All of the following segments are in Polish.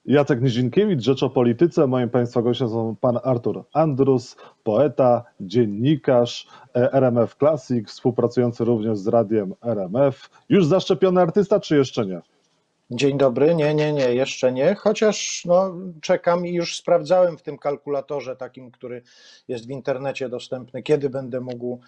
Jacek Nizinkiewicz, Rzecz o Polityce. Moim Państwa gościem są pan Artur Andrus, poeta, dziennikarz RMF Classic, współpracujący również z radiem RMF. Już zaszczepiony artysta, czy jeszcze nie? Dzień dobry, nie, jeszcze nie, chociaż no, czekam i już sprawdzałem w tym kalkulatorze takim, który jest w internecie dostępny, kiedy będę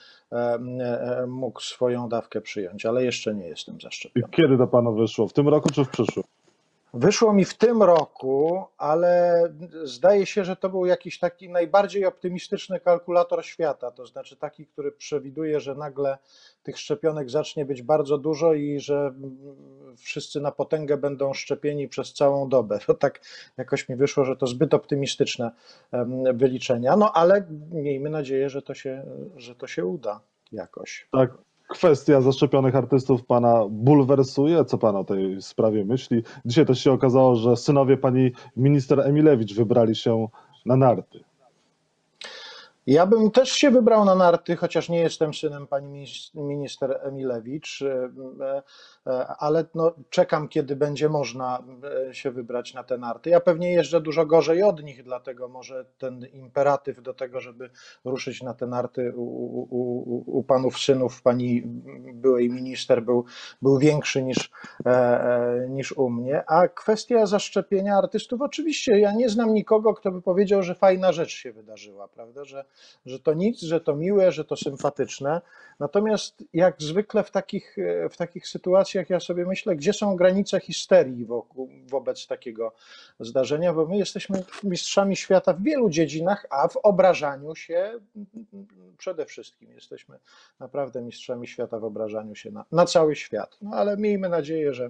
mógł swoją dawkę przyjąć, ale jeszcze nie jestem I zaszczepiony. kiedy to panu wyszło? W tym roku czy w przyszłym? Wyszło mi w tym roku, ale zdaje się, że to był jakiś taki najbardziej optymistyczny kalkulator świata, to znaczy taki, który przewiduje, że nagle tych szczepionek zacznie być bardzo dużo i że wszyscy na potęgę będą szczepieni przez całą dobę. To tak jakoś mi wyszło, że to zbyt optymistyczne wyliczenia, no ale miejmy nadzieję, że to się uda jakoś. Tak. Kwestia zaszczepionych artystów pana bulwersuje. Co pan o tej sprawie myśli? Dzisiaj też się okazało, że synowie pani minister Emilewicz wybrali się na narty. Ja bym też się wybrał na narty, chociaż nie jestem synem pani minister Emilewicz, ale no, czekam, kiedy będzie można się wybrać na te narty. Ja pewnie jeżdżę dużo gorzej od nich, dlatego może ten imperatyw do tego, żeby ruszyć na te narty u panów synów, pani byłej minister był większy niż u mnie. A kwestia zaszczepienia artystów, oczywiście ja nie znam nikogo, kto by powiedział, że fajna rzecz się wydarzyła, prawda, że to nic, że to miłe, że to sympatyczne. Natomiast jak zwykle w takich sytuacjach ja sobie myślę, gdzie są granice histerii wobec takiego zdarzenia, bo my jesteśmy mistrzami świata w wielu dziedzinach, a w obrażaniu się przede wszystkim jesteśmy naprawdę mistrzami świata w obrażaniu się na cały świat. No ale miejmy nadzieję, że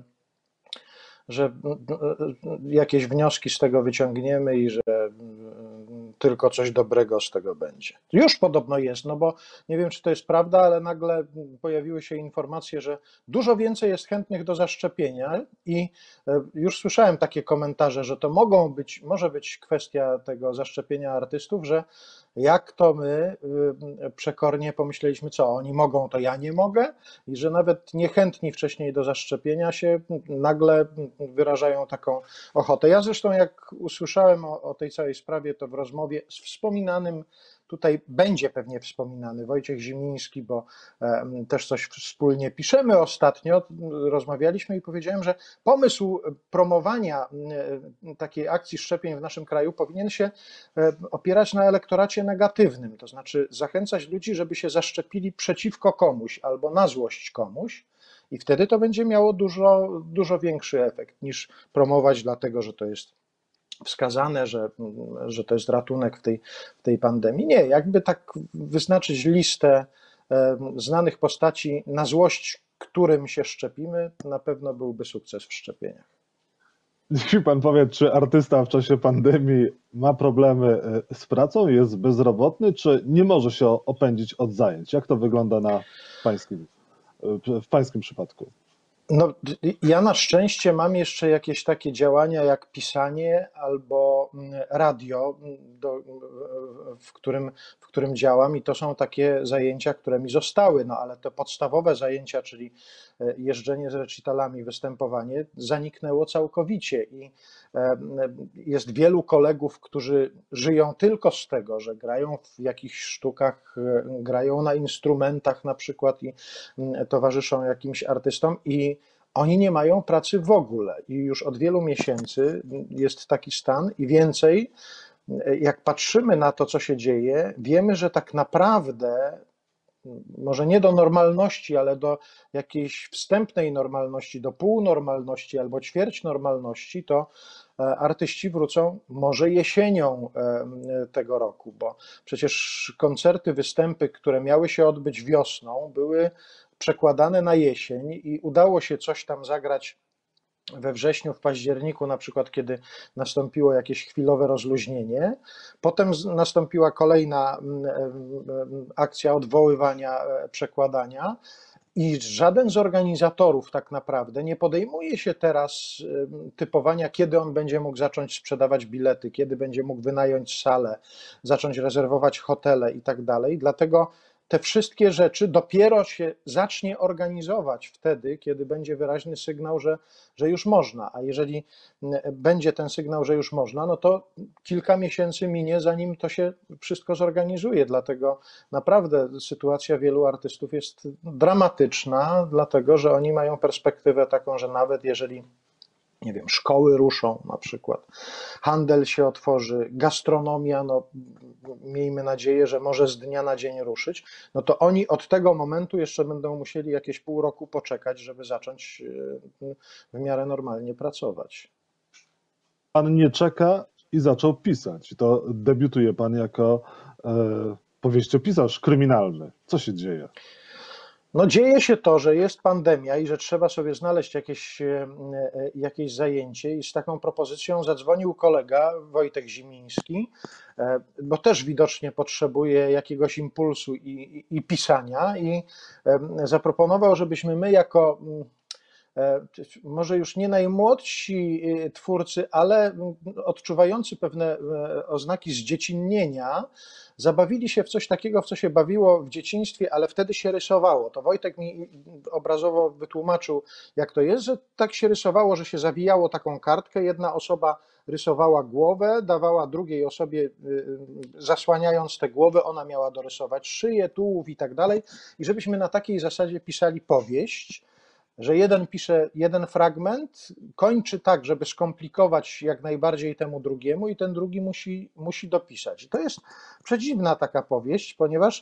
jakieś wnioski z tego wyciągniemy i że tylko coś dobrego z tego będzie. Już podobno jest, no bo nie wiem, czy to jest prawda, ale nagle pojawiły się informacje, że dużo więcej jest chętnych do zaszczepienia i już słyszałem takie komentarze, że to może być kwestia tego zaszczepienia artystów, że jak to my przekornie pomyśleliśmy, co oni mogą, to ja nie mogę i że nawet niechętni wcześniej do zaszczepienia się nagle wyrażają taką ochotę. Ja zresztą jak usłyszałem o tej całej sprawie, to w rozmowie z wspominanym, tutaj będzie pewnie wspominany Wojciech Zimniński, bo też coś wspólnie piszemy ostatnio, rozmawialiśmy i powiedziałem, że pomysł promowania takiej akcji szczepień w naszym kraju powinien się opierać na elektoracie negatywnym, to znaczy zachęcać ludzi, żeby się zaszczepili przeciwko komuś albo na złość komuś i wtedy to będzie miało dużo większy efekt niż promować dlatego, że to jest wskazane, że to jest ratunek w tej pandemii. Nie, jakby tak wyznaczyć listę znanych postaci, na złość którym się szczepimy, na pewno byłby sukces w szczepieniach. Niech mi pan powie, czy artysta w czasie pandemii ma problemy z pracą, jest bezrobotny, czy nie może się opędzić od zajęć? Jak to wygląda w pańskim przypadku? No, ja na szczęście mam jeszcze jakieś takie działania jak pisanie albo radio, w którym działam i to są takie zajęcia, które mi zostały, no ale te podstawowe zajęcia, czyli jeżdżenie z recitalami, występowanie, zaniknęło całkowicie i jest wielu kolegów, którzy żyją tylko z tego, że grają w jakichś sztukach, grają na instrumentach na przykład i towarzyszą jakimś artystom i oni nie mają pracy w ogóle i już od wielu miesięcy jest taki stan i więcej, jak patrzymy na to, co się dzieje, wiemy, że tak naprawdę może nie do normalności, ale do jakiejś wstępnej normalności, do półnormalności albo ćwierć normalności, to artyści wrócą może jesienią tego roku, bo przecież koncerty, występy, które miały się odbyć wiosną, były przekładane na jesień i udało się coś tam zagrać we wrześniu, w październiku, na przykład, kiedy nastąpiło jakieś chwilowe rozluźnienie. Potem nastąpiła kolejna akcja odwoływania, przekładania. I żaden z organizatorów tak naprawdę nie podejmuje się teraz typowania, kiedy on będzie mógł zacząć sprzedawać bilety, kiedy będzie mógł wynająć salę, zacząć rezerwować hotele i tak dalej. Dlatego te wszystkie rzeczy dopiero się zacznie organizować wtedy, kiedy będzie wyraźny sygnał, że już można. A jeżeli będzie ten sygnał, że już można, no to kilka miesięcy minie, zanim to się wszystko zorganizuje. Dlatego naprawdę sytuacja wielu artystów jest dramatyczna, dlatego że oni mają perspektywę taką, że nawet jeżeli, nie wiem, szkoły ruszą na przykład, handel się otworzy, gastronomia, no miejmy nadzieję, że może z dnia na dzień ruszyć, no to oni od tego momentu jeszcze będą musieli jakieś pół roku poczekać, żeby zacząć w miarę normalnie pracować. Pan nie czeka i zaczął pisać. I to debiutuje pan jako powieściopisarz kryminalny. Co się dzieje? No dzieje się to, że jest pandemia i że trzeba sobie znaleźć jakieś zajęcie i z taką propozycją zadzwonił kolega Wojtek Zimiński, bo też widocznie potrzebuje jakiegoś impulsu i pisania i zaproponował, żebyśmy my jako może już nie najmłodsi twórcy, ale odczuwający pewne oznaki zdziecinnienia, zabawili się w coś takiego, w co się bawiło w dzieciństwie, ale wtedy się rysowało. To Wojtek mi obrazowo wytłumaczył, jak to jest, że tak się rysowało, że się zawijało taką kartkę, jedna osoba rysowała głowę, dawała drugiej osobie, zasłaniając tę głowę, ona miała dorysować szyję, tułów i tak dalej. I żebyśmy na takiej zasadzie pisali powieść, że jeden pisze jeden fragment, kończy tak, żeby skomplikować jak najbardziej temu drugiemu i ten drugi musi dopisać. To jest przedziwna taka powieść, ponieważ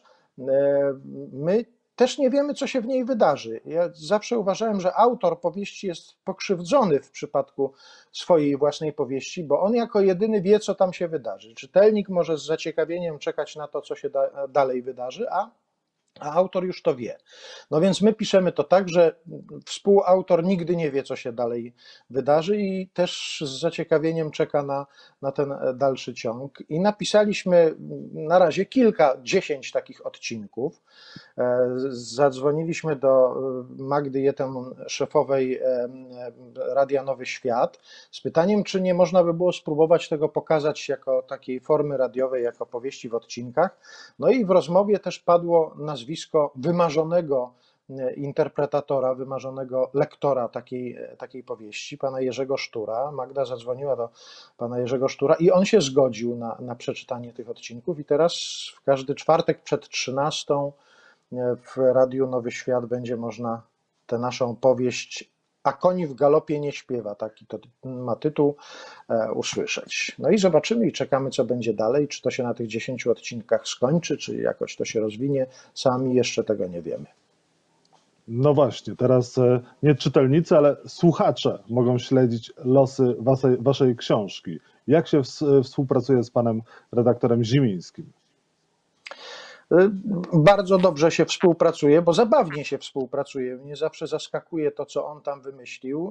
my też nie wiemy, co się w niej wydarzy. Ja zawsze uważałem, że autor powieści jest pokrzywdzony w przypadku swojej własnej powieści, bo on jako jedyny wie, co tam się wydarzy. Czytelnik może z zaciekawieniem czekać na to, co się dalej wydarzy, a autor już to wie. No więc my piszemy to tak, że współautor nigdy nie wie, co się dalej wydarzy i też z zaciekawieniem czeka na ten dalszy ciąg. I napisaliśmy na razie kilkadziesiąt takich odcinków. Zadzwoniliśmy do Magdy Jetem, szefowej Radia Nowy Świat, z pytaniem, czy nie można by było spróbować tego pokazać jako takiej formy radiowej, jako powieści w odcinkach. No i w rozmowie też padło nazwisko wymarzonego interpretatora, wymarzonego lektora takiej powieści, pana Jerzego Sztura. Magda zadzwoniła do pana Jerzego Sztura i on się zgodził na przeczytanie tych odcinków i teraz w każdy czwartek przed 13 w Radiu Nowy Świat będzie można tę naszą powieść A koń w galopie nie śpiewa, taki to ma tytuł, usłyszeć. No i zobaczymy i czekamy, co będzie dalej, czy to się na tych 10 odcinkach skończy, czy jakoś to się rozwinie. Sami jeszcze tego nie wiemy. No właśnie, teraz nie czytelnicy, ale słuchacze mogą śledzić losy waszej książki. Jak się współpracuje z panem redaktorem Zimińskim? Bardzo dobrze się współpracuje, bo zabawnie się współpracuje. Mnie zawsze zaskakuje to, co on tam wymyślił.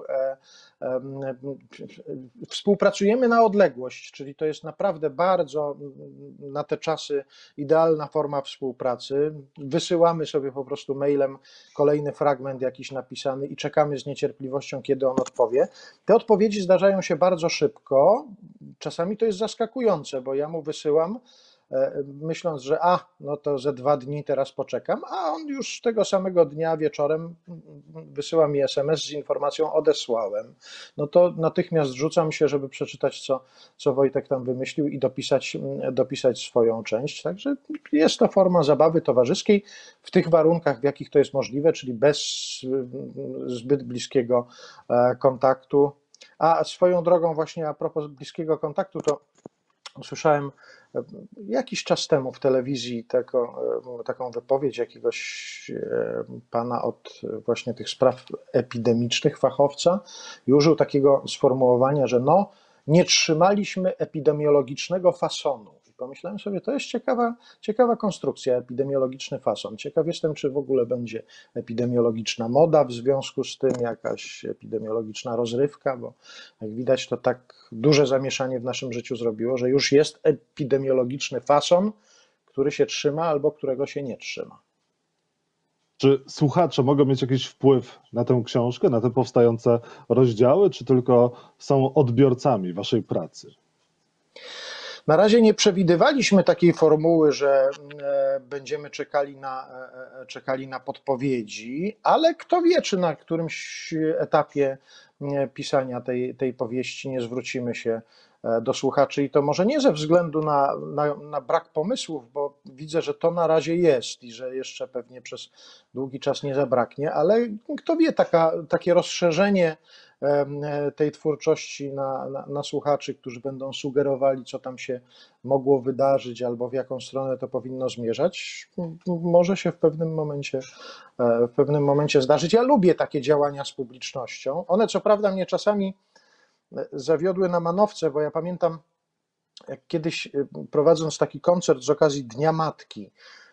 Współpracujemy na odległość, czyli to jest naprawdę bardzo na te czasy idealna forma współpracy. Wysyłamy sobie po prostu mailem kolejny fragment jakiś napisany i czekamy z niecierpliwością, kiedy on odpowie. Te odpowiedzi zdarzają się bardzo szybko. Czasami to jest zaskakujące, bo ja mu wysyłam, myśląc, że no to ze 2 dni teraz poczekam, a on już tego samego dnia wieczorem wysyła mi SMS z informacją odesłałem. No to natychmiast rzucam się, żeby przeczytać, co Wojtek tam wymyślił i dopisać swoją część. Także jest to forma zabawy towarzyskiej w tych warunkach, w jakich to jest możliwe, czyli bez zbyt bliskiego kontaktu. A swoją drogą właśnie a propos bliskiego kontaktu, to usłyszałem jakiś czas temu w telewizji taką wypowiedź jakiegoś pana od właśnie tych spraw epidemicznych, fachowca, i użył takiego sformułowania, że no, nie trzymaliśmy epidemiologicznego fasonu. I pomyślałem sobie, to jest ciekawa konstrukcja, epidemiologiczny fason. Ciekaw jestem, czy w ogóle będzie epidemiologiczna moda w związku z tym, jakaś epidemiologiczna rozrywka, bo jak widać, to tak duże zamieszanie w naszym życiu zrobiło, że już jest epidemiologiczny fason, który się trzyma albo którego się nie trzyma. Czy słuchacze mogą mieć jakiś wpływ na tę książkę, na te powstające rozdziały, czy tylko są odbiorcami waszej pracy? Na razie nie przewidywaliśmy takiej formuły, że będziemy czekali na podpowiedzi, ale kto wie, czy na którymś etapie pisania tej powieści nie zwrócimy się do słuchaczy i to może nie ze względu na brak pomysłów, bo widzę, że to na razie jest i że jeszcze pewnie przez długi czas nie zabraknie, ale kto wie, takie rozszerzenie tej twórczości na słuchaczy, którzy będą sugerowali, co tam się mogło wydarzyć albo w jaką stronę to powinno zmierzać, może się w pewnym momencie zdarzyć. Ja lubię takie działania z publicznością. One co prawda mnie czasami zawiodły na manowce, bo ja pamiętam, jak kiedyś prowadząc taki koncert z okazji Dnia Matki,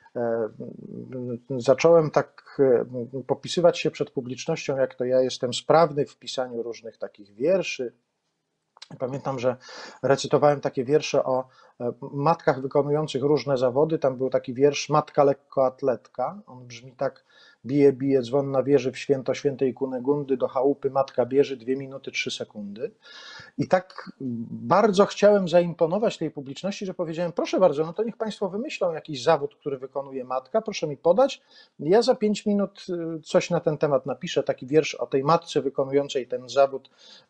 zacząłem tak popisywać się przed publicznością, jak to ja jestem sprawny w pisaniu różnych takich wierszy. Pamiętam, że recytowałem takie wiersze o matkach wykonujących różne zawody. Tam był taki wiersz Matka lekkoatletka. On brzmi tak: bije, bije dzwon na wieży w święto świętej Kunegundy, do chałupy matka bierze 2 minuty 3 sekundy. I tak bardzo chciałem zaimponować tej publiczności, że powiedziałem: proszę bardzo, no to niech Państwo wymyślą jakiś zawód, który wykonuje matka, proszę mi podać. Ja za 5 minut coś na ten temat napiszę, taki wiersz o tej matce wykonującej ten zawód,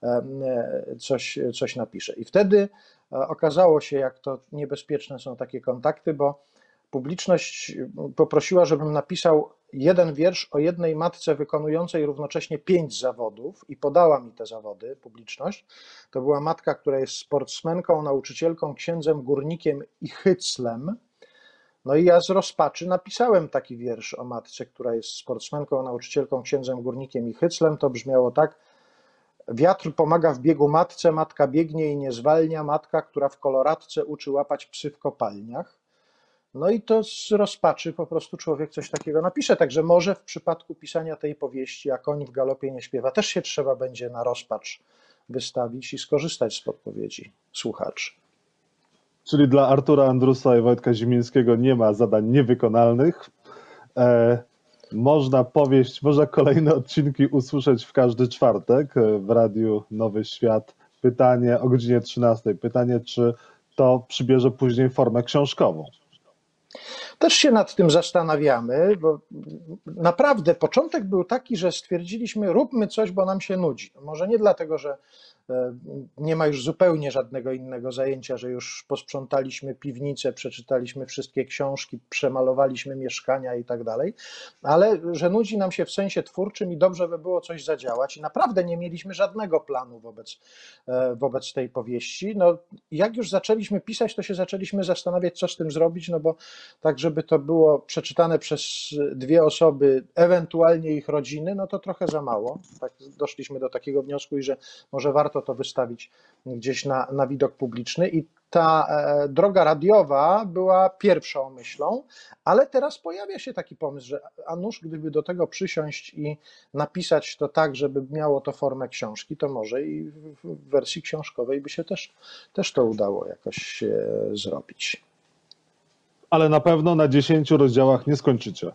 coś napiszę. I wtedy okazało się, jak to niebezpieczne są takie kontakty, bo publiczność poprosiła, żebym napisał jeden wiersz o jednej matce wykonującej równocześnie 5 zawodów i podała mi te zawody publiczność. To była matka, która jest sportsmenką, nauczycielką, księdzem, górnikiem i hyclem. No i ja z rozpaczy napisałem taki wiersz o matce, która jest sportsmenką, nauczycielką, księdzem, górnikiem i hyclem. To brzmiało tak: wiatr pomaga w biegu matce, matka biegnie i nie zwalnia, matka, która w koloratce uczy łapać psy w kopalniach. No i to z rozpaczy po prostu człowiek coś takiego napisze. Także może w przypadku pisania tej powieści, a koń w galopie nie śpiewa, też się trzeba będzie na rozpacz wystawić i skorzystać z podpowiedzi słuchaczy. Czyli dla Artura Andrusa i Wojtka Zimińskiego nie ma zadań niewykonalnych. Można kolejne odcinki usłyszeć w każdy czwartek w Radiu Nowy Świat. Pytanie o godzinie 13. Pytanie, czy to przybierze później formę książkową? Też się nad tym zastanawiamy, bo naprawdę początek był taki, że stwierdziliśmy: róbmy coś, bo nam się nudzi. Może nie dlatego, że nie ma już zupełnie żadnego innego zajęcia, że już posprzątaliśmy piwnicę, przeczytaliśmy wszystkie książki, przemalowaliśmy mieszkania i tak dalej, ale że nudzi nam się w sensie twórczym i dobrze by było coś zadziałać. I naprawdę nie mieliśmy żadnego planu wobec tej powieści. No, jak już zaczęliśmy pisać, to się zaczęliśmy zastanawiać, co z tym zrobić, no bo tak, żeby to było przeczytane przez 2 osoby, ewentualnie ich rodziny, no to trochę za mało. Tak, doszliśmy do takiego wniosku, i że może warto to wystawić gdzieś na widok publiczny. I ta droga radiowa była pierwszą myślą, ale teraz pojawia się taki pomysł, że a nuż gdyby do tego przysiąść i napisać to tak, żeby miało to formę książki, to może i w wersji książkowej by się też to udało jakoś zrobić. Ale na pewno na 10 rozdziałach nie skończycie.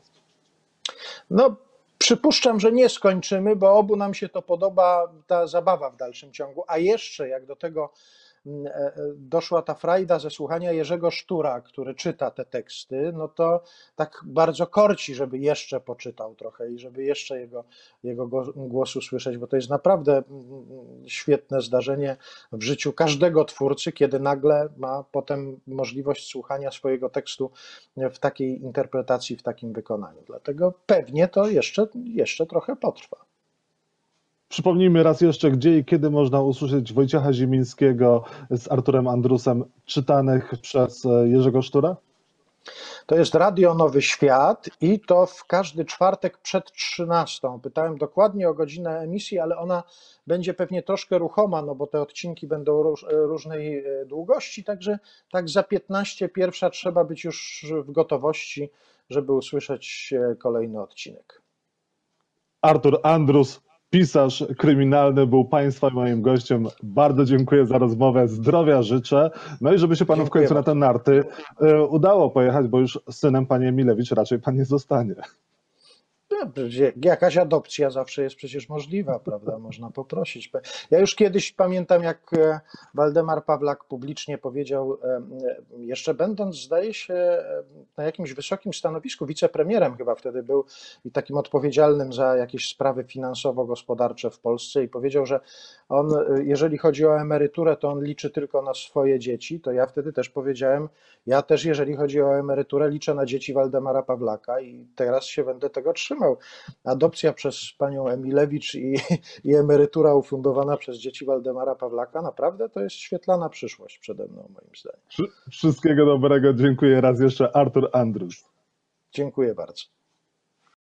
No, przypuszczam, że nie skończymy, bo obu nam się to podoba, ta zabawa w dalszym ciągu, a jeszcze jak do tego doszła ta frajda ze słuchania Jerzego Sztura, który czyta te teksty, no to tak bardzo korci, żeby jeszcze poczytał trochę i żeby jeszcze jego głos usłyszeć, bo to jest naprawdę świetne zdarzenie w życiu każdego twórcy, kiedy nagle ma potem możliwość słuchania swojego tekstu w takiej interpretacji, w takim wykonaniu. Dlatego pewnie to jeszcze trochę potrwa. Przypomnijmy raz jeszcze, gdzie i kiedy można usłyszeć Wojciecha Zimińskiego z Arturem Andrusem czytanych przez Jerzego Sztura? To jest Radio Nowy Świat i to w każdy czwartek przed 13. Pytałem dokładnie o godzinę emisji, ale ona będzie pewnie troszkę ruchoma, no bo te odcinki będą różnej długości, także tak za 15 pierwsza trzeba być już w gotowości, żeby usłyszeć kolejny odcinek. Artur Andrus, pisarz kryminalny, był Państwa i moim gościem. Bardzo dziękuję za rozmowę, zdrowia życzę. No i żeby się Panu w końcu na te narty udało pojechać, bo już z synem Pani Emilewicz raczej Pan nie zostanie. Jakaś adopcja zawsze jest przecież możliwa, prawda? Można poprosić. Ja już kiedyś pamiętam, jak Waldemar Pawlak publicznie powiedział, jeszcze będąc, zdaje się, na jakimś wysokim stanowisku, wicepremierem chyba wtedy był i takim odpowiedzialnym za jakieś sprawy finansowo-gospodarcze w Polsce, i powiedział, że on, jeżeli chodzi o emeryturę, to on liczy tylko na swoje dzieci. To ja wtedy też powiedziałem, ja też, jeżeli chodzi o emeryturę, liczę na dzieci Waldemara Pawlaka i teraz się będę tego trzymał. Adopcja przez panią Emilewicz i emerytura ufundowana przez dzieci Waldemara Pawlaka, naprawdę to jest świetlana przyszłość przede mną, moim zdaniem. Wszystkiego dobrego. Dziękuję raz jeszcze. Artur Andrus. Dziękuję bardzo.